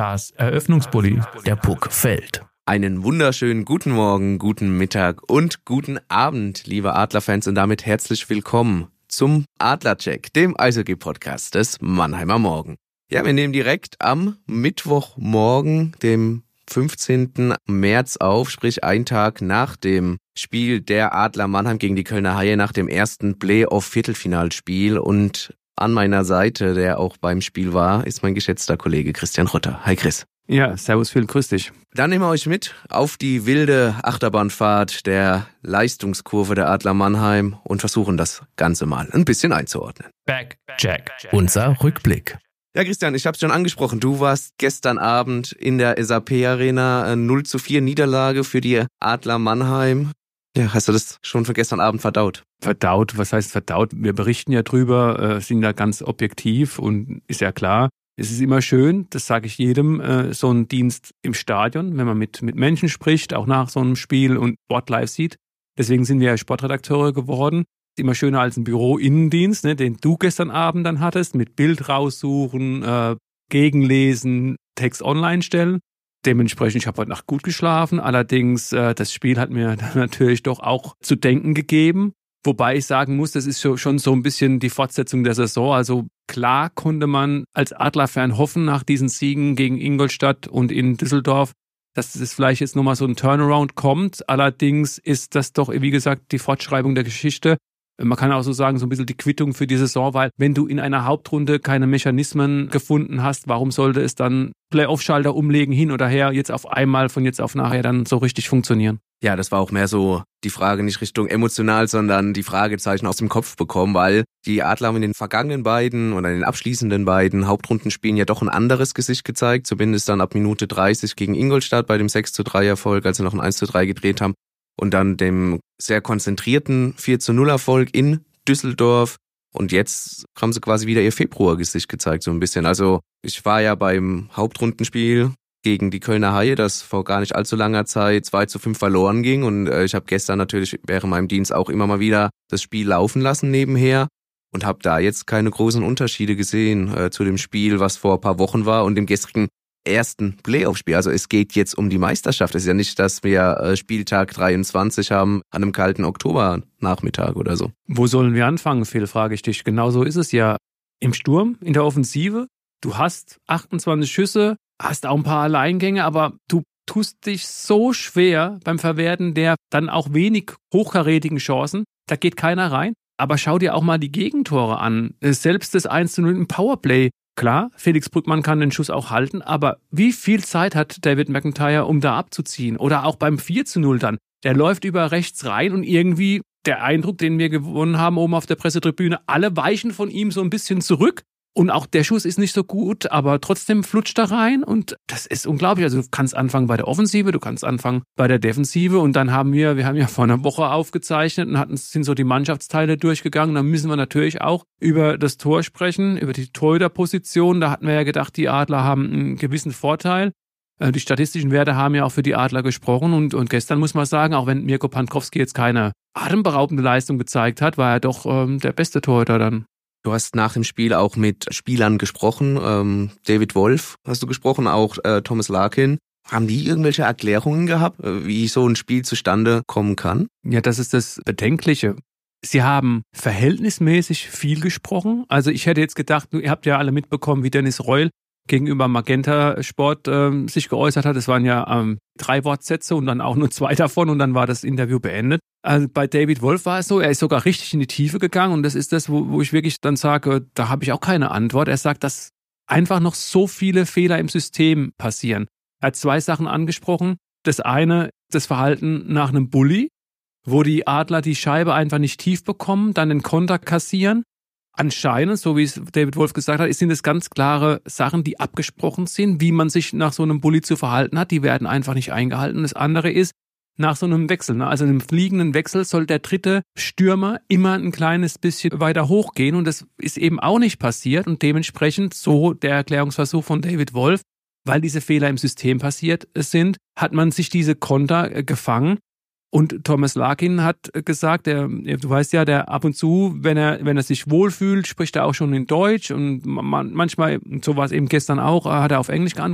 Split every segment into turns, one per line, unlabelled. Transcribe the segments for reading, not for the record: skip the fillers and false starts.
Das Eröffnungsbully. Der Puck fällt.
Einen wunderschönen guten Morgen, guten Mittag und guten Abend, liebe Adlerfans, und damit herzlich willkommen zum Adlercheck, dem Eishockey-Podcast des Mannheimer Morgen. Ja, wir nehmen direkt am Mittwochmorgen, dem 15. März auf, sprich einen Tag nach dem Spiel der Adler Mannheim gegen die Kölner Haie, nach dem ersten Playoff-Viertelfinalspiel. Und an meiner Seite, der auch beim Spiel war, ist mein geschätzter Kollege Christian Rutter. Hi Chris.
Ja, servus Phil, grüß dich.
Dann nehmen wir euch mit auf die wilde Achterbahnfahrt der Leistungskurve der Adler Mannheim und versuchen das Ganze mal ein bisschen einzuordnen.
Backcheck. Unser Rückblick.
Ja, Christian, ich habe es schon angesprochen. Du warst gestern Abend in der SAP-Arena, 0:4 Niederlage für die Adler Mannheim. Ja, hast du das schon von gestern Abend verdaut?
Verdaut, was heißt verdaut? Wir berichten ja drüber, sind da ganz objektiv und ist ja klar, es ist immer schön, das sage ich jedem, so ein Dienst im Stadion, wenn man mit Menschen spricht, auch nach so einem Spiel und Sport live sieht. Deswegen sind wir ja Sportredakteure geworden. Ist immer schöner als ein Büro-Innendienst, ne, den du gestern Abend dann hattest, mit Bild raussuchen, gegenlesen, Text online stellen. Dementsprechend, ich habe heute Nacht gut geschlafen. Allerdings, das Spiel hat mir dann natürlich doch auch zu denken gegeben. Wobei ich sagen muss, das ist schon so ein bisschen die Fortsetzung der Saison. Also klar konnte man als Adler-Fan hoffen nach diesen Siegen gegen Ingolstadt und in Düsseldorf, dass es vielleicht jetzt nochmal so ein Turnaround kommt. Allerdings ist das doch, wie gesagt, die Fortschreibung der Geschichte. Man kann auch so sagen, so ein bisschen die Quittung für die Saison, weil wenn du in einer Hauptrunde keine Mechanismen gefunden hast, warum sollte es dann Playoff-Schalter umlegen, hin oder her, jetzt auf einmal, von jetzt auf nachher dann so richtig funktionieren?
Ja, das war auch mehr so die Frage, nicht Richtung emotional, sondern die Fragezeichen aus dem Kopf bekommen, weil die Adler haben in den vergangenen beiden oder in den abschließenden beiden Hauptrundenspielen ja doch ein anderes Gesicht gezeigt, zumindest dann ab Minute 30 gegen Ingolstadt bei dem 6:3 Erfolg, als sie noch ein 1:3 gedreht haben. Und dann dem sehr konzentrierten 4:0 Erfolg in Düsseldorf. Und jetzt haben sie quasi wieder ihr Februar-Gesicht gezeigt, so ein bisschen. Also ich war ja beim Hauptrundenspiel gegen die Kölner Haie, das vor gar nicht allzu langer Zeit 2:5 verloren ging. Und ich habe gestern natürlich während meinem Dienst auch immer mal wieder das Spiel laufen lassen nebenher. Und habe da jetzt keine großen Unterschiede gesehen zu dem Spiel, was vor ein paar Wochen war und dem gestrigen ersten Playoff-Spiel. Also es geht jetzt um die Meisterschaft. Es ist ja nicht, dass wir Spieltag 23 haben an einem kalten Oktobernachmittag oder so.
Wo sollen wir anfangen, Phil, frage ich dich. Genauso ist es ja im Sturm, in der Offensive. Du hast 28 Schüsse, hast auch ein paar Alleingänge, aber du tust dich so schwer beim Verwerten der dann auch wenig hochkarätigen Chancen. Da geht keiner rein. Aber schau dir auch mal die Gegentore an. Selbst das 1:0 im Powerplay. Klar, Felix Brückmann kann den Schuss auch halten, aber wie viel Zeit hat David McIntyre, um da abzuziehen? Oder auch beim 4:0 dann. Der läuft über rechts rein und irgendwie der Eindruck, den wir gewonnen haben oben auf der Pressetribüne, alle weichen von ihm so ein bisschen zurück. Und auch der Schuss ist nicht so gut, aber trotzdem flutscht er rein und das ist unglaublich. Also du kannst anfangen bei der Offensive, du kannst anfangen bei der Defensive und dann haben wir ja vor einer Woche aufgezeichnet und sind so die Mannschaftsteile durchgegangen. Dann müssen wir natürlich auch über das Tor sprechen, über die Torhüterposition. Da hatten wir ja gedacht, die Adler haben einen gewissen Vorteil. Die statistischen Werte haben ja auch für die Adler gesprochen und gestern muss man sagen, auch wenn Mirko Pankowski jetzt keine atemberaubende Leistung gezeigt hat, war er doch der beste Torhüter dann.
Du hast nach dem Spiel auch mit Spielern gesprochen, David Wolf hast du gesprochen, auch Thomas Larkin. Haben die irgendwelche Erklärungen gehabt, wie so ein Spiel zustande kommen kann?
Ja, das ist das Bedenkliche. Sie haben verhältnismäßig viel gesprochen. Also ich hätte jetzt gedacht, ihr habt ja alle mitbekommen, wie Dennis Reul gegenüber Magenta Sport sich geäußert hat. Es waren ja 3 Wortsätze und dann auch nur 2 davon und dann war das Interview beendet. Also bei David Wolf war es so, er ist sogar richtig in die Tiefe gegangen und das ist das, wo ich wirklich dann sage, da habe ich auch keine Antwort. Er sagt, dass einfach noch so viele Fehler im System passieren. Er hat 2 Sachen angesprochen. Das eine, das Verhalten nach einem Bully, wo die Adler die Scheibe einfach nicht tief bekommen, dann den Konter kassieren. Anscheinend, so wie es David Wolf gesagt hat, sind es ganz klare Sachen, die abgesprochen sind, wie man sich nach so einem Bully zu verhalten hat. Die werden einfach nicht eingehalten. Das andere ist, nach so einem Wechsel, also einem fliegenden Wechsel, soll der dritte Stürmer immer ein kleines bisschen weiter hochgehen und das ist eben auch nicht passiert und dementsprechend, so der Erklärungsversuch von David Wolf, weil diese Fehler im System passiert sind, hat man sich diese Konter gefangen. Und Thomas Larkin hat gesagt, du weißt ja, der ab und zu, wenn er sich wohlfühlt, spricht er auch schon in Deutsch und manchmal, so war es eben gestern auch, hat er auf Englisch geantwortet.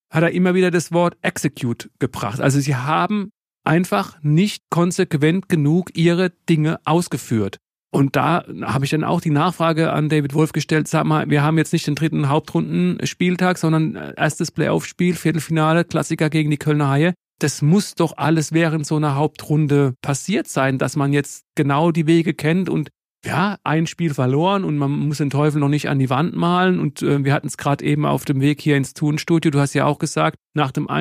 hat er immer wieder das Wort execute gebracht. Also sie haben einfach nicht konsequent genug ihre Dinge ausgeführt. Und da habe ich dann auch die Nachfrage an David Wolf gestellt, sag mal, wir haben jetzt nicht den 3. Hauptrundenspieltag, sondern erstes Playoff-Spiel, Viertelfinale, Klassiker gegen die Kölner Haie. Das muss doch alles während so einer Hauptrunde passiert sein, dass man jetzt genau die Wege kennt und ja, ein Spiel verloren und man muss den Teufel noch nicht an die Wand malen und wir hatten es gerade eben auf dem Weg hier ins Thun-Studio, du hast ja auch gesagt, nach dem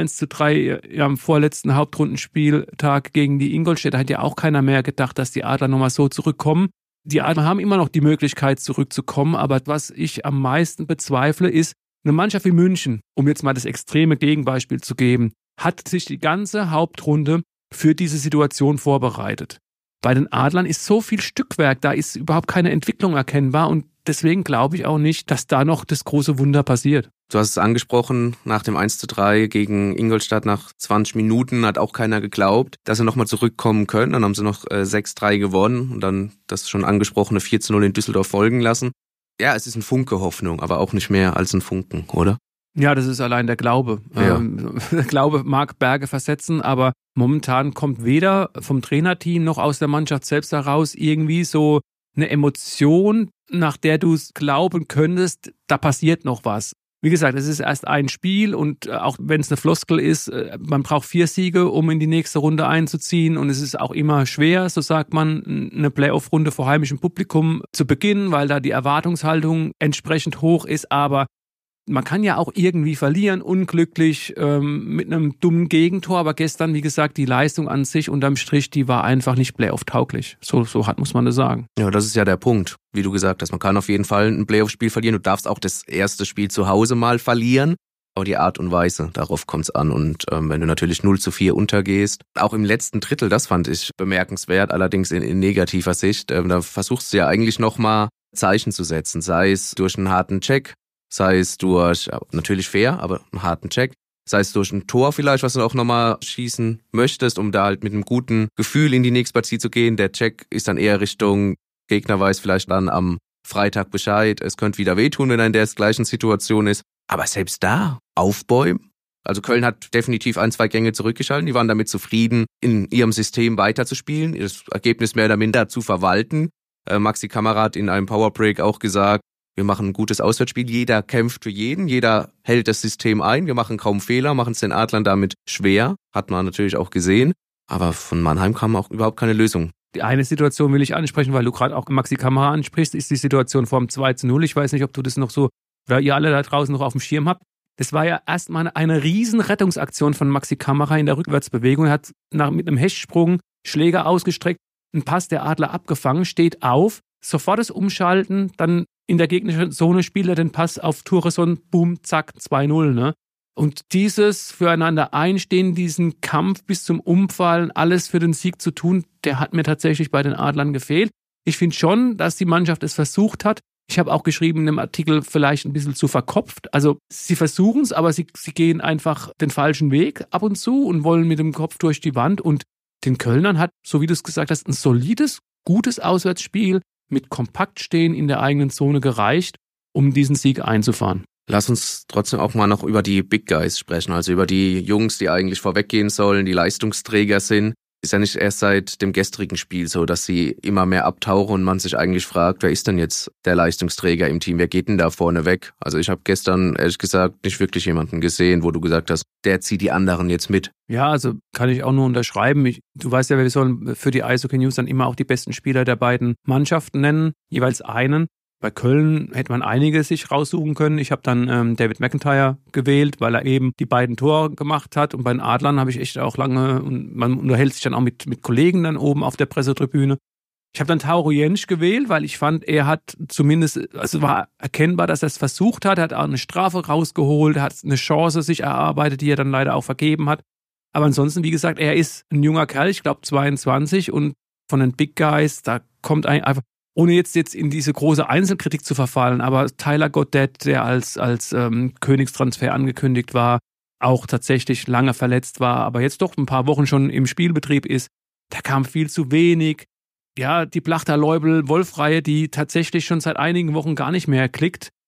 1:3 am vorletzten Hauptrundenspieltag gegen die Ingolstädter hat ja auch keiner mehr gedacht, dass die Adler nochmal so zurückkommen. Die Adler haben immer noch die Möglichkeit zurückzukommen, aber was ich am meisten bezweifle ist, eine Mannschaft wie München, um jetzt mal das extreme Gegenbeispiel zu geben, hat sich die ganze Hauptrunde für diese Situation vorbereitet. Bei den Adlern ist so viel Stückwerk, da ist überhaupt keine Entwicklung erkennbar und deswegen glaube ich auch nicht, dass da noch das große Wunder passiert.
Du hast es angesprochen, nach dem 1:3 gegen Ingolstadt nach 20 Minuten hat auch keiner geglaubt, dass sie nochmal zurückkommen können. Dann haben sie noch 6:3 gewonnen und dann das schon angesprochene 4:0 in Düsseldorf folgen lassen. Ja, es ist ein Funke Hoffnung, aber auch nicht mehr als ein Funken, oder?
Ja, das ist allein der Glaube.
Ja.
Der Glaube mag Berge versetzen, aber momentan kommt weder vom Trainerteam noch aus der Mannschaft selbst heraus irgendwie so eine Emotion, nach der du es glauben könntest, da passiert noch was. Wie gesagt, es ist erst ein Spiel und auch wenn es eine Floskel ist, man braucht 4 Siege, um in die nächste Runde einzuziehen und es ist auch immer schwer, so sagt man, eine Playoff-Runde vor heimischem Publikum zu beginnen, weil da die Erwartungshaltung entsprechend hoch ist, aber man kann ja auch irgendwie verlieren, unglücklich, mit einem dummen Gegentor, aber gestern, wie gesagt, die Leistung an sich unterm Strich, die war einfach nicht Playoff-tauglich. So hart muss man das sagen.
Ja, das ist ja der Punkt, wie du gesagt hast. Man kann auf jeden Fall ein Playoff-Spiel verlieren. Du darfst auch das erste Spiel zu Hause mal verlieren. Aber die Art und Weise, darauf kommt es an. Und wenn du natürlich 0:4 untergehst, auch im letzten Drittel, das fand ich bemerkenswert, allerdings in negativer Sicht, da versuchst du ja eigentlich nochmal Zeichen zu setzen, sei es durch einen harten Check, sei es durch, natürlich fair, aber einen harten Check, sei es durch ein Tor vielleicht, was du auch nochmal schießen möchtest, um da halt mit einem guten Gefühl in die nächste Partie zu gehen. Der Check ist dann eher Richtung, Gegner weiß vielleicht dann am Freitag Bescheid, es könnte wieder wehtun, wenn er in der gleichen Situation ist. Aber selbst da, aufbäumen. Also Köln hat definitiv 1-2 Gänge zurückgeschalten, die waren damit zufrieden, in ihrem System weiterzuspielen, das Ergebnis mehr oder minder zu verwalten. Maxi Kamera hat in einem Powerbreak auch gesagt, wir machen ein gutes Auswärtsspiel, jeder kämpft für jeden, jeder hält das System ein, wir machen kaum Fehler, machen es den Adlern damit schwer, hat man natürlich auch gesehen, aber von Mannheim kam auch überhaupt keine Lösung.
Die eine Situation will ich ansprechen, weil du gerade auch Maxi Kamera ansprichst, ist die Situation vor dem 2:0. Ich weiß nicht, ob du das noch so, oder ihr alle da draußen noch auf dem Schirm habt. Das war ja erstmal eine riesen Rettungsaktion von Maxi Kamera in der Rückwärtsbewegung. Er hat mit einem Hechtsprung Schläger ausgestreckt, einen Pass der Adler abgefangen, steht auf, sofort das Umschalten, dann in der gegnerischen Zone spielt er den Pass auf Thuresson, boom, zack, 2:0. Ne? Und dieses Füreinander einstehen, diesen Kampf bis zum Umfallen, alles für den Sieg zu tun, der hat mir tatsächlich bei den Adlern gefehlt. Ich finde schon, dass die Mannschaft es versucht hat. Ich habe auch geschrieben in dem Artikel, vielleicht ein bisschen zu verkopft. Also sie versuchen es, aber sie gehen einfach den falschen Weg ab und zu und wollen mit dem Kopf durch die Wand. Und den Kölnern hat, so wie du es gesagt hast, ein solides, gutes Auswärtsspiel mit Kompaktstehen in der eigenen Zone gereicht, um diesen Sieg einzufahren.
Lass uns trotzdem auch mal noch über die Big Guys sprechen, also über die Jungs, die eigentlich vorweggehen sollen, die Leistungsträger sind. Ist ja nicht erst seit dem gestrigen Spiel so, dass sie immer mehr abtauchen und man sich eigentlich fragt, wer ist denn jetzt der Leistungsträger im Team, wer geht denn da vorne weg? Also ich habe gestern, ehrlich gesagt, nicht wirklich jemanden gesehen, wo du gesagt hast, der zieht die anderen jetzt mit.
Ja, also kann ich auch nur unterschreiben. Du weißt ja, wir sollen für die Eishockey News dann immer auch die besten Spieler der beiden Mannschaften nennen, jeweils einen. Bei Köln hätte man einige sich raussuchen können. Ich habe dann David McIntyre gewählt, weil er eben die beiden Tore gemacht hat. Und bei den Adlern habe ich echt auch lange, und man unterhält sich dann auch mit Kollegen dann oben auf der Pressetribüne. Ich habe dann Tauro Jentsch gewählt, weil ich fand, er hat zumindest, also war erkennbar, dass er es versucht hat. Er hat auch eine Strafe rausgeholt, er hat eine Chance sich erarbeitet, die er dann leider auch vergeben hat. Aber ansonsten, wie gesagt, er ist ein junger Kerl, ich glaube 22, und von den Big Guys, da kommt einfach, ohne jetzt in diese große Einzelkritik zu verfallen, aber Tyler Goddett, der als Königstransfer angekündigt war, auch tatsächlich lange verletzt war, aber jetzt doch ein paar Wochen schon im Spielbetrieb ist, da kam viel zu wenig. Ja, die Plachter-Leubel-Wolf-Reihe, die tatsächlich schon seit einigen Wochen gar nicht mehr klickt,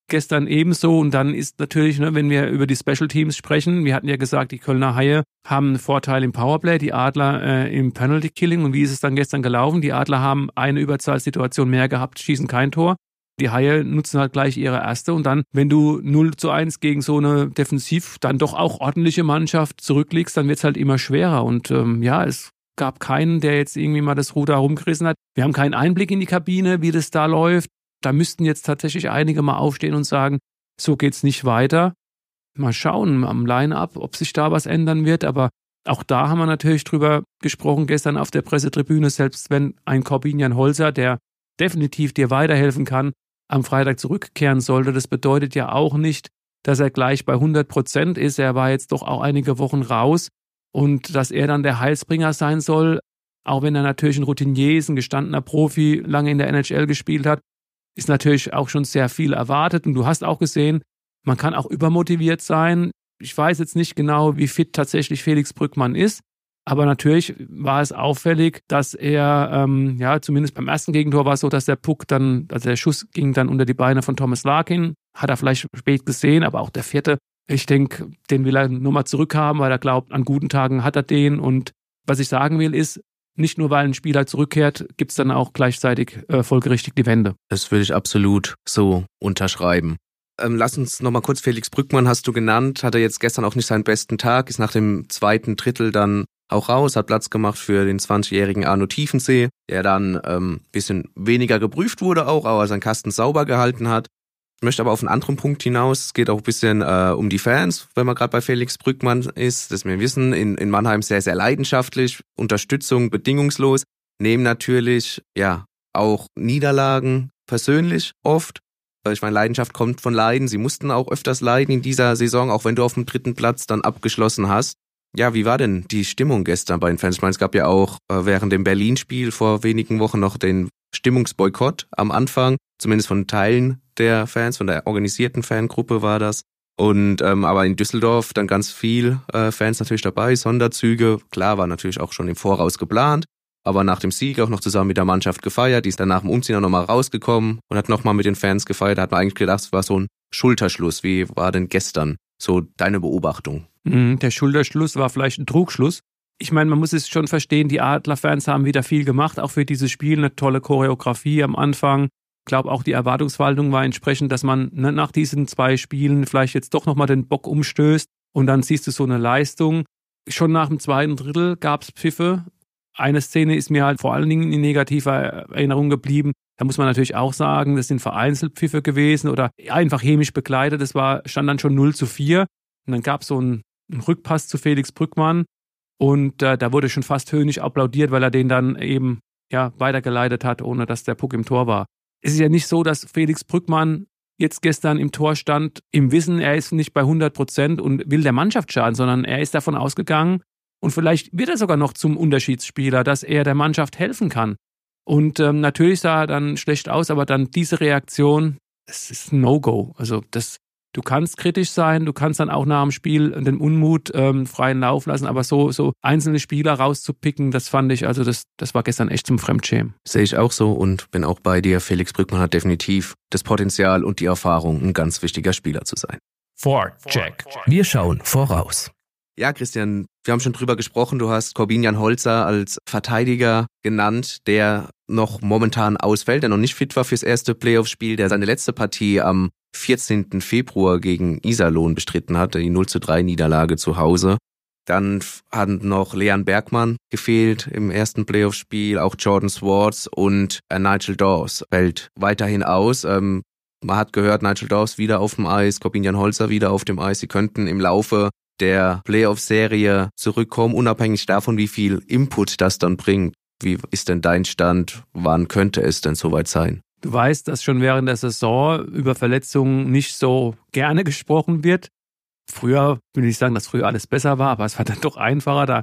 gestern ebenso. Und dann ist natürlich, wenn wir über die Special Teams sprechen, wir hatten ja gesagt, die Kölner Haie haben einen Vorteil im Powerplay, die Adler im Penalty Killing. Und wie ist es dann gestern gelaufen? Die Adler haben eine Überzahlsituation mehr gehabt, schießen kein Tor. Die Haie nutzen halt gleich ihre erste. Und dann, wenn du 0-1 gegen so eine defensiv dann doch auch ordentliche Mannschaft zurückliegst, dann wird es halt immer schwerer. Und es gab keinen, der jetzt irgendwie mal das Ruder rumgerissen hat. Wir haben keinen Einblick in die Kabine, wie das da läuft. Da müssten jetzt tatsächlich einige mal aufstehen und sagen, so geht's nicht weiter. Mal schauen am Line-Up, ob sich da was ändern wird. Aber auch da haben wir natürlich drüber gesprochen gestern auf der Pressetribüne, selbst wenn ein Korbinian Holzer, der definitiv dir weiterhelfen kann, am Freitag zurückkehren sollte. Das bedeutet ja auch nicht, dass er gleich bei 100% ist. Er war jetzt doch auch einige Wochen raus. Und dass er dann der Heilsbringer sein soll, auch wenn er natürlich ein Routinier ist, ein gestandener Profi, lange in der NHL gespielt hat, ist natürlich auch schon sehr viel erwartet. Und du hast auch gesehen, man kann auch übermotiviert sein. Ich weiß jetzt nicht genau, wie fit tatsächlich Felix Brückmann ist, aber natürlich war es auffällig, dass er, zumindest beim ersten Gegentor war es so, dass der Puck dann, also der Schuss ging dann unter die Beine von Thomas Larkin, hat er vielleicht spät gesehen, aber auch der vierte, ich denke, den will er nur mal zurückhaben, weil er glaubt, an guten Tagen hat er den. Und was ich sagen will, ist, nicht nur, weil ein Spieler zurückkehrt, gibt es dann auch gleichzeitig folgerichtig die Wende.
Das würde ich absolut so unterschreiben. Lass uns nochmal kurz, Felix Brückmann hast du genannt, hatte jetzt gestern auch nicht seinen besten Tag, ist nach dem zweiten Drittel dann auch raus, hat Platz gemacht für den 20-jährigen Arno Tiefensee, der dann bisschen weniger geprüft wurde auch, aber seinen Kasten sauber gehalten hat. Ich möchte aber auf einen anderen Punkt hinaus. Es geht auch ein bisschen um die Fans, wenn man gerade bei Felix Brückmann ist. Das wir wissen, in Mannheim sehr, sehr leidenschaftlich, Unterstützung bedingungslos, nehmen natürlich auch Niederlagen persönlich oft. Ich meine, Leidenschaft kommt von Leiden. Sie mussten auch öfters leiden in dieser Saison, auch wenn du auf dem 3. Platz dann abgeschlossen hast. Ja, wie war denn die Stimmung gestern bei den Fans? Ich meine, es gab ja auch während dem Berlin-Spiel vor wenigen Wochen noch den Stimmungsboykott am Anfang, zumindest von Teilen der Fans, von der organisierten Fangruppe war das. Und aber in Düsseldorf dann ganz viel Fans natürlich dabei, Sonderzüge. Klar, war natürlich auch schon im Voraus geplant, aber nach dem Sieg auch noch zusammen mit der Mannschaft gefeiert. Die ist dann nach dem Umziehen auch nochmal rausgekommen und hat nochmal mit den Fans gefeiert. Da hat man eigentlich gedacht, es war so ein Schulterschluss. Wie war denn gestern so deine Beobachtung?
Der Schulterschluss war vielleicht ein Trugschluss. Ich meine, man muss es schon verstehen, die Adler-Fans haben wieder viel gemacht, auch für dieses Spiel, eine tolle Choreografie am Anfang. Ich glaube, auch die Erwartungshaltung war entsprechend, dass man nach diesen 2 Spielen vielleicht jetzt doch nochmal den Bock umstößt und dann siehst du so eine Leistung. Schon nach dem 2. Drittel gab es Pfiffe. Eine Szene ist mir halt vor allen Dingen in negativer Erinnerung geblieben. Da muss man natürlich auch sagen, das sind vereinzelt Pfiffe gewesen oder einfach chemisch begleitet. Das stand dann schon 0-4. Und dann gab es so einen Rückpass zu Felix Brückmann. Und da wurde schon fast höhnisch applaudiert, weil er den dann eben weitergeleitet hat, ohne dass der Puck im Tor war. Es ist ja nicht so, dass Felix Brückmann jetzt gestern im Tor stand, im Wissen, er ist nicht bei 100% und will der Mannschaft schaden, sondern er ist davon ausgegangen und vielleicht wird er sogar noch zum Unterschiedsspieler, dass er der Mannschaft helfen kann. Und natürlich sah er dann schlecht aus, aber dann diese Reaktion, das ist ein No-Go. Also du kannst kritisch sein, du kannst dann auch nach dem Spiel den Unmut freien Lauf lassen, aber so einzelne Spieler rauszupicken, das fand ich, also das war gestern echt zum Fremdschämen.
Sehe ich auch so und bin auch bei dir. Felix Brückmann hat definitiv das Potenzial und die Erfahrung, ein ganz wichtiger Spieler zu sein.
Vorcheck. Wir schauen voraus.
Ja, Christian, wir haben schon drüber gesprochen. Du hast Korbinian Holzer als Verteidiger genannt, der noch momentan ausfällt, der noch nicht fit war fürs erste Playoff-Spiel, der seine letzte Partie am 14. Februar gegen Iserlohn bestritten hat, die 0-3 Niederlage zu Hause. Dann hat noch Leon Bergmann gefehlt im ersten Playoff-Spiel, auch Jordan Swartz und Nigel Dawes fällt weiterhin aus. Man hat gehört, Nigel Dawes wieder auf dem Eis, Korbinian Holzer wieder auf dem Eis. Sie könnten im Laufe der Playoff-Serie zurückkommen, unabhängig davon, wie viel Input das dann bringt. Wie ist denn dein Stand? Wann könnte es denn soweit sein?
Du weißt, dass schon während der Saison über Verletzungen nicht so gerne gesprochen wird. Früher, will ich sagen, dass früher alles besser war, aber es war dann doch einfacher. Da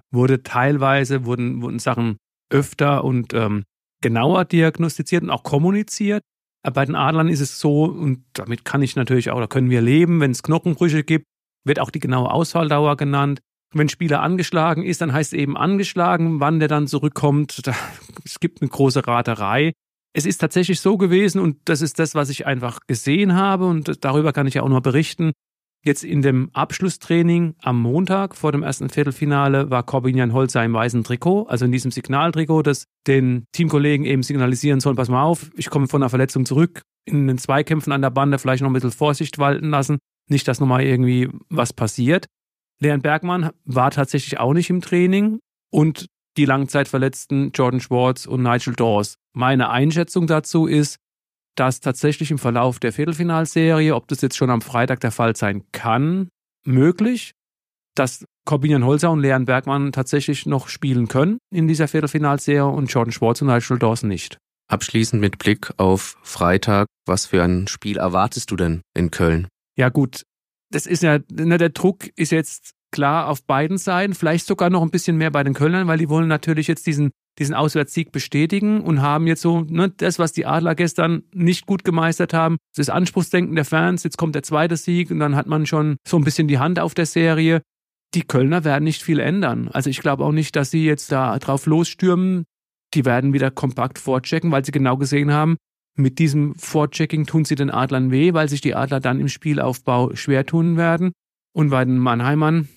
wurden Sachen öfter und genauer diagnostiziert und auch kommuniziert. Aber bei den Adlern ist es so, und damit kann ich natürlich auch, da können wir leben, wenn es Knochenbrüche gibt, wird auch die genaue Ausfalldauer genannt. Wenn ein Spieler angeschlagen ist, dann heißt es eben angeschlagen, wann der dann zurückkommt. Es gibt eine große Raterei. Es ist tatsächlich so gewesen und das ist das, was ich einfach gesehen habe und darüber kann ich ja auch nur berichten. Jetzt in dem Abschlusstraining am Montag vor dem ersten Viertelfinale war Korbinian Holzer im weißen Trikot, also in diesem Signaltrikot, das den Teamkollegen eben signalisieren soll, pass mal auf, ich komme von einer Verletzung zurück, in den Zweikämpfen an der Bande vielleicht noch ein bisschen Vorsicht walten lassen, nicht, dass nochmal irgendwie was passiert. Leon Bergmann war tatsächlich auch nicht im Training und die Langzeitverletzten Jordan Schwartz und Nigel Dawes. Meine Einschätzung dazu ist, dass tatsächlich im Verlauf der Viertelfinalserie, ob das jetzt schon am Freitag der Fall sein kann, möglich, dass Korbinian Holzer und Leon Bergmann tatsächlich noch spielen können in dieser Viertelfinalserie und Jordan Schwartz und Nigel Dawes nicht.
Abschließend mit Blick auf Freitag, was für ein Spiel erwartest du denn in Köln?
Ja gut, das ist ja, der Druck ist jetzt klar auf beiden Seiten, vielleicht sogar noch ein bisschen mehr bei den Kölnern, weil die wollen natürlich jetzt diesen Auswärtssieg bestätigen und haben jetzt so das, was die Adler gestern nicht gut gemeistert haben, das Anspruchsdenken der Fans, jetzt kommt der zweite Sieg und dann hat man schon so ein bisschen die Hand auf der Serie. Die Kölner werden nicht viel ändern. Also ich glaube auch nicht, dass sie jetzt da drauf losstürmen. Die werden wieder kompakt vorchecken, weil sie genau gesehen haben, mit diesem Vorchecking tun sie den Adlern weh, weil sich die Adler dann im Spielaufbau schwer tun werden. Und bei den Mannheimern,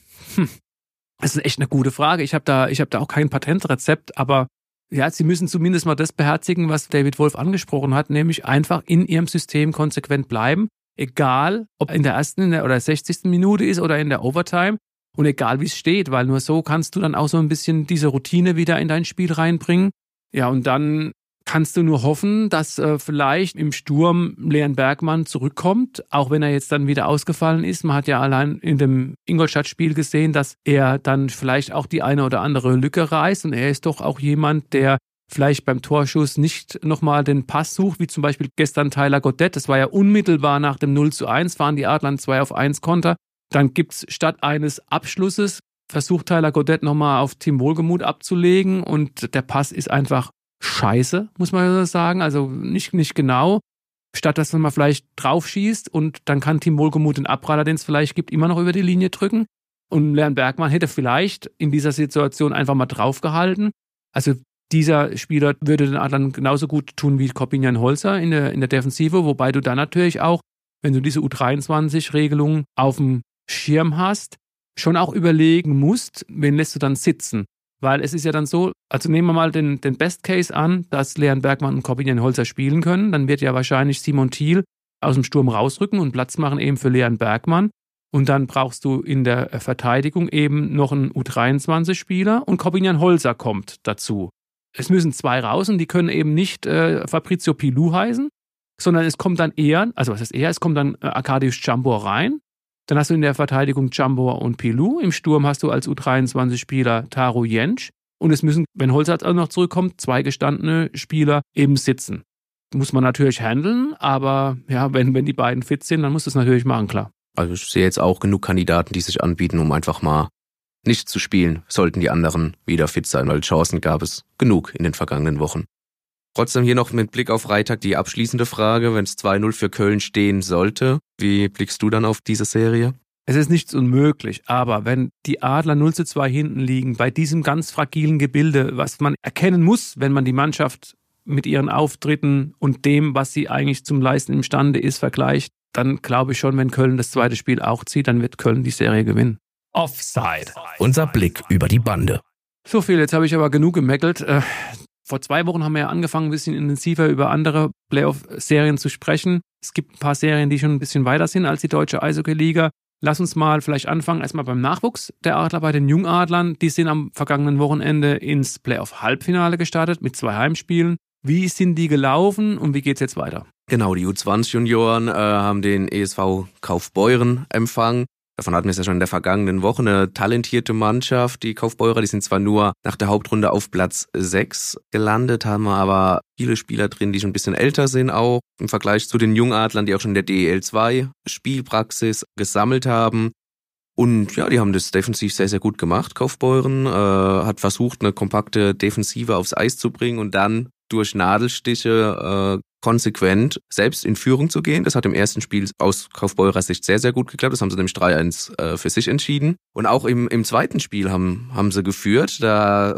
das ist echt eine gute Frage. Ich hab da auch kein Patentrezept, aber ja, sie müssen zumindest mal das beherzigen, was David Wolf angesprochen hat, nämlich einfach in ihrem System konsequent bleiben, egal ob in der ersten oder 60. Minute ist oder in der Overtime und egal wie es steht, weil nur so kannst du dann auch so ein bisschen diese Routine wieder in dein Spiel reinbringen. Ja, und dann kannst du nur hoffen, dass vielleicht im Sturm Leon Bergmann zurückkommt, auch wenn er jetzt dann wieder ausgefallen ist. Man hat ja allein in dem Ingolstadt-Spiel gesehen, dass er dann vielleicht auch die eine oder andere Lücke reißt und er ist doch auch jemand, der vielleicht beim Torschuss nicht nochmal den Pass sucht, wie zum Beispiel gestern Tyler Godet. Das war ja unmittelbar nach dem 0:1, fahren die Adler 2-auf-1 Konter. Dann gibt's statt eines Abschlusses, versucht Tyler Godet nochmal auf Tim Wohlgemuth abzulegen und der Pass ist einfach scheiße, muss man sagen, also nicht genau. Statt dass man mal vielleicht drauf schießt und dann kann Tim Wohlgemuth den Abpraller, den es vielleicht gibt, immer noch über die Linie drücken. Und Leon Bergmann hätte vielleicht in dieser Situation einfach mal draufgehalten. Also dieser Spieler würde den Adlern genauso gut tun wie Korbinian Holzer in der Defensive, wobei du dann natürlich auch, wenn du diese U23-Regelung auf dem Schirm hast, schon auch überlegen musst, wen lässt du dann sitzen. Weil es ist ja dann so, also nehmen wir mal den Best Case an, dass Leon Bergmann und Korbinian Holzer spielen können, dann wird ja wahrscheinlich Simon Thiel aus dem Sturm rausrücken und Platz machen eben für Leon Bergmann. Und dann brauchst du in der Verteidigung eben noch einen U23-Spieler und Korbinian Holzer kommt dazu. Es müssen zwei raus und die können eben nicht Fabrizio Pilou heißen, sondern es kommt dann eher, also was heißt eher, es kommt dann Arkadiusz Jambor rein. Dann hast du in der Verteidigung Jambor und Pilou. Im Sturm hast du als U23-Spieler Taro Jentsch. Und es müssen, wenn Holzer auch noch zurückkommt, zwei gestandene Spieler eben sitzen. Muss man natürlich handeln, aber ja, wenn die beiden fit sind, dann muss das natürlich machen, klar.
Also ich sehe jetzt auch genug Kandidaten, die sich anbieten, um einfach mal nicht zu spielen, sollten die anderen wieder fit sein, weil Chancen gab es genug in den vergangenen Wochen. Trotzdem hier noch mit Blick auf Freitag die abschließende Frage, wenn es 2-0 für Köln stehen sollte, wie blickst du dann auf diese Serie?
Es ist nichts unmöglich, aber wenn die Adler 0:2 hinten liegen, bei diesem ganz fragilen Gebilde, was man erkennen muss, wenn man die Mannschaft mit ihren Auftritten und dem, was sie eigentlich zum Leisten imstande ist, vergleicht, dann glaube ich schon, wenn Köln das zweite Spiel auch zieht, dann wird Köln die Serie gewinnen.
Offside. Unser Blick über die Bande.
So viel, jetzt habe ich aber genug gemeckelt. Vor 2 Wochen haben wir ja angefangen, ein bisschen intensiver über andere Playoff-Serien zu sprechen. Es gibt ein paar Serien, die schon ein bisschen weiter sind als die deutsche Eishockey-Liga. Lass uns mal vielleicht anfangen, erstmal beim Nachwuchs der Adler, bei den Jungadlern. Die sind am vergangenen Wochenende ins Playoff-Halbfinale gestartet mit 2 Heimspielen. Wie sind die gelaufen und wie geht's jetzt weiter?
Genau, die U20-Junioren haben den ESV Kaufbeuren empfangen. Davon hatten wir es ja schon in der vergangenen Woche, eine talentierte Mannschaft. Die Kaufbeurer, die sind zwar nur nach der Hauptrunde auf Platz 6 gelandet, haben aber viele Spieler drin, die schon ein bisschen älter sind auch, im Vergleich zu den Jungadlern, die auch schon in der DEL 2 Spielpraxis gesammelt haben. Und ja, die haben das defensiv sehr, sehr gut gemacht. Kaufbeuren hat versucht, eine kompakte Defensive aufs Eis zu bringen und dann durch Nadelstiche konsequent selbst in Führung zu gehen. Das hat im ersten Spiel aus Kaufbeurer Sicht sehr, sehr gut geklappt. Das haben sie nämlich 3-1 für sich entschieden. Und auch im zweiten Spiel haben sie geführt. Da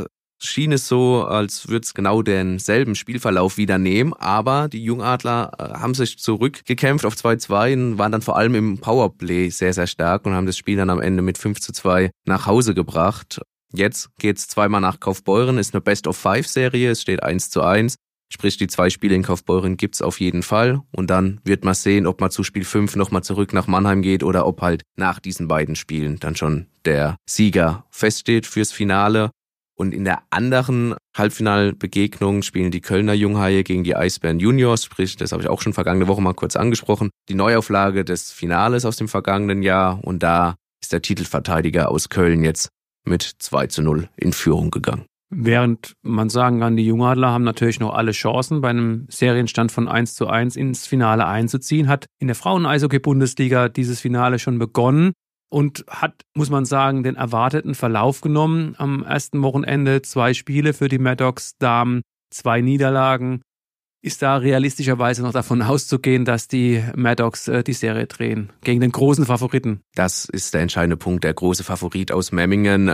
schien es so, als würde es genau denselben Spielverlauf wieder nehmen, aber die Jungadler haben sich zurückgekämpft auf 2-2 und waren dann vor allem im Powerplay sehr, sehr stark und haben das Spiel dann am Ende mit 5-2 nach Hause gebracht. Jetzt geht's zweimal nach Kaufbeuren, ist eine Best-of-5-Serie, es steht 1-1. Sprich, die 2 Spiele in Kaufbeuren gibt's auf jeden Fall. Und dann wird man sehen, ob man zu Spiel 5 nochmal zurück nach Mannheim geht oder ob halt nach diesen beiden Spielen dann schon der Sieger feststeht fürs Finale. Und in der anderen Halbfinalbegegnung spielen die Kölner Junghaie gegen die Eisbären Juniors. Sprich, das habe ich auch schon vergangene Woche mal kurz angesprochen. Die Neuauflage des Finales aus dem vergangenen Jahr. Und da ist der Titelverteidiger aus Köln jetzt mit 2-0 in Führung gegangen.
Während man sagen kann, die Jungadler haben natürlich noch alle Chancen, bei einem Serienstand von 1-1 ins Finale einzuziehen, hat in der Frauen-Eishockey-Bundesliga dieses Finale schon begonnen und hat, muss man sagen, den erwarteten Verlauf genommen. Am ersten Wochenende 2 Spiele für die Maddox Damen, 2 Niederlagen. Ist da realistischerweise noch davon auszugehen, dass die Maddox die Serie drehen gegen den großen Favoriten?
Das ist der entscheidende Punkt. Der große Favorit aus Memmingen,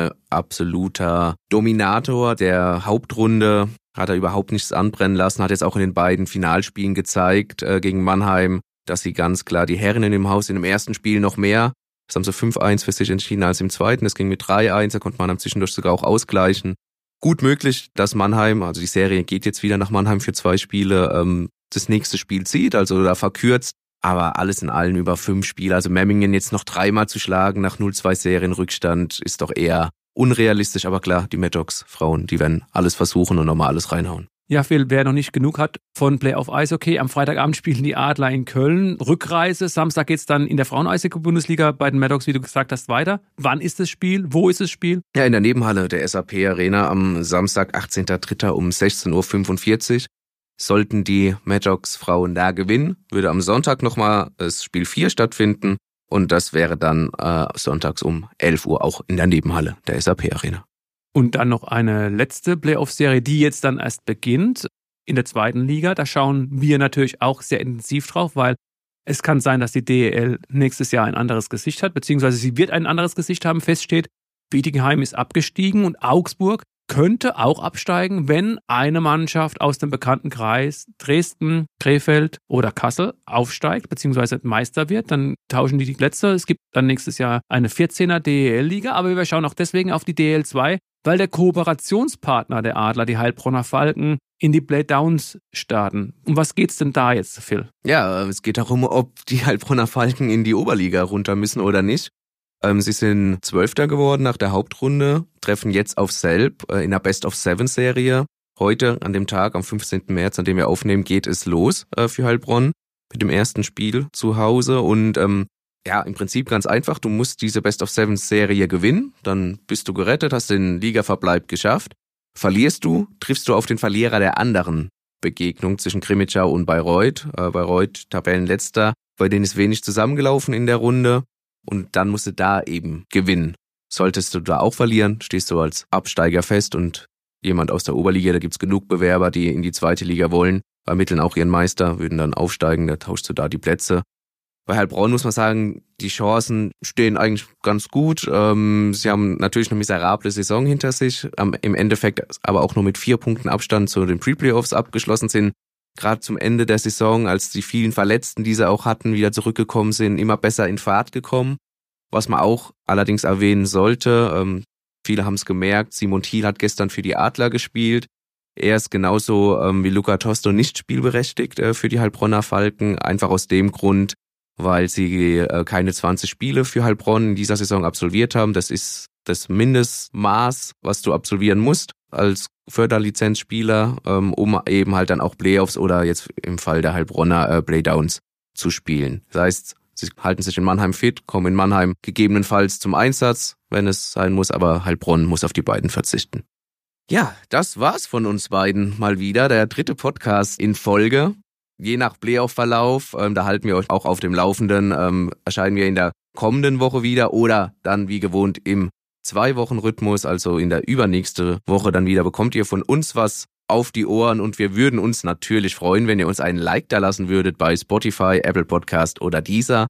absoluter Dominator der Hauptrunde, hat er überhaupt nichts anbrennen lassen, hat jetzt auch in den beiden Finalspielen gezeigt gegen Mannheim, dass sie ganz klar die Herren im Haus in dem ersten Spiel noch mehr, das haben sie 5-1 für sich entschieden als im zweiten, das ging mit 3-1, da konnte Mannheim zwischendurch sogar auch ausgleichen. Gut möglich, dass Mannheim, also die Serie geht jetzt wieder nach Mannheim für 2 Spiele, das nächste Spiel zieht, also da verkürzt, aber alles in allem über 5 Spiele. Also Memmingen jetzt noch 3-mal zu schlagen nach 0-2 Serienrückstand ist doch eher unrealistisch, aber klar, die Maddox Frauen, die werden alles versuchen und nochmal alles reinhauen.
Ja, Phil, wer noch nicht genug hat von Playoff Eishockey, am Freitagabend spielen die Adler in Köln. Rückreise, Samstag geht's dann in der Frauen-Eishockey-Bundesliga bei den Maddox, wie du gesagt hast, weiter. Wann ist das Spiel? Wo ist das Spiel?
Ja, in der Nebenhalle der SAP Arena am Samstag, 18.03. um 16.45 Uhr. Sollten die Maddox Frauen da gewinnen, würde am Sonntag nochmal das Spiel 4 stattfinden. Und das wäre dann sonntags um 11 Uhr auch in der Nebenhalle der SAP Arena.
Und dann noch eine letzte Playoff-Serie, die jetzt dann erst beginnt in der 2. Liga. Da schauen wir natürlich auch sehr intensiv drauf, weil es kann sein, dass die DEL nächstes Jahr ein anderes Gesicht hat, beziehungsweise sie wird ein anderes Gesicht haben. Feststeht, Bietigheim ist abgestiegen und Augsburg könnte auch absteigen, wenn eine Mannschaft aus dem bekannten Kreis Dresden, Krefeld oder Kassel aufsteigt, beziehungsweise Meister wird. Dann tauschen die Plätze. Es gibt dann nächstes Jahr eine 14er DEL-Liga, aber wir schauen auch deswegen auf die DEL 2, weil der Kooperationspartner der Adler, die Heilbronner Falken, in die Playdowns starten. Um was geht's denn da jetzt, Phil?
Ja, es geht darum, ob die Heilbronner Falken in die Oberliga runter müssen oder nicht. Sie sind 12. geworden nach der Hauptrunde, treffen jetzt auf Selb in der Best-of-7-Serie. Heute, an dem Tag, am 15. März, an dem wir aufnehmen, geht es los für Heilbronn mit dem ersten Spiel zu Hause. Und ja, im Prinzip ganz einfach, du musst diese Best-of-7-Serie gewinnen, dann bist du gerettet, hast den Ligaverbleib geschafft. Verlierst du, triffst du auf den Verlierer der anderen Begegnung zwischen Krimitschau und Bayreuth. Bayreuth Tabellenletzter, bei denen ist wenig zusammengelaufen in der Runde und dann musst du da eben gewinnen. Solltest du da auch verlieren, stehst du als Absteiger fest und jemand aus der Oberliga, da gibt's genug Bewerber, die in die 2. Liga wollen, ermitteln auch ihren Meister, würden dann aufsteigen, da tauschst du da die Plätze. Bei Heilbronn muss man sagen, die Chancen stehen eigentlich ganz gut. Sie haben natürlich eine miserable Saison hinter sich, im Endeffekt aber auch nur mit 4 Punkten Abstand zu den Pre-Playoffs abgeschlossen sind. Gerade zum Ende der Saison, als die vielen Verletzten, die sie auch hatten, wieder zurückgekommen sind, immer besser in Fahrt gekommen. Was man auch allerdings erwähnen sollte, viele haben es gemerkt, Simon Thiel hat gestern für die Adler gespielt. Er ist genauso wie Luca Tosto nicht spielberechtigt für die Heilbronner Falken, einfach aus dem Grund, weil sie keine 20 Spiele für Heilbronn in dieser Saison absolviert haben. Das ist das Mindestmaß, was du absolvieren musst als Förderlizenzspieler, um eben halt dann auch Playoffs oder jetzt im Fall der Heilbronner Playdowns zu spielen. Das heißt, sie halten sich in Mannheim fit, kommen in Mannheim gegebenenfalls zum Einsatz, wenn es sein muss, aber Heilbronn muss auf die beiden verzichten. Ja, das war's von uns beiden mal wieder, der 3. Podcast in Folge. Je nach Playoff-Verlauf, da halten wir euch auch auf dem Laufenden, erscheinen wir in der kommenden Woche wieder oder dann wie gewohnt im 2-Wochen-Rhythmus, also in der übernächste Woche dann wieder, bekommt ihr von uns was auf die Ohren und wir würden uns natürlich freuen, wenn ihr uns einen Like da lassen würdet bei Spotify, Apple Podcast oder Deezer.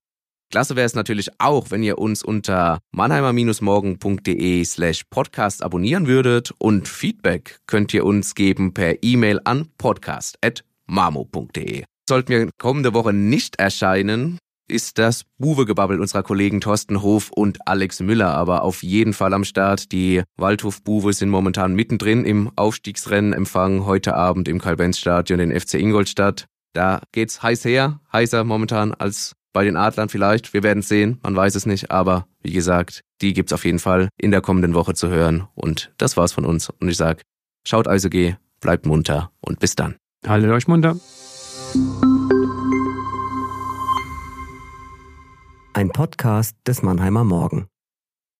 Klasse wäre es natürlich auch, wenn ihr uns unter mannheimer-morgen.de/podcast abonnieren würdet und Feedback könnt ihr uns geben per E-Mail an podcast@mamo.de. Sollten wir kommende Woche nicht erscheinen, ist das Buwe-Gebabbel unserer Kollegen Thorsten Hof und Alex Müller aber auf jeden Fall am Start. Die Waldhof-Buwe sind momentan mittendrin im Aufstiegsrennen, empfangen heute Abend im Karl-Benz-Stadion den FC Ingolstadt. Da geht's heiß her, heißer momentan als bei den Adlern vielleicht. Wir werden sehen, man weiß es nicht, aber wie gesagt, die gibt's auf jeden Fall in der kommenden Woche zu hören. Und das war's von uns. Und ich sag, schaut Eishockey, bleibt munter und bis dann.
Haltet euch munter.
Ein Podcast des Mannheimer Morgen.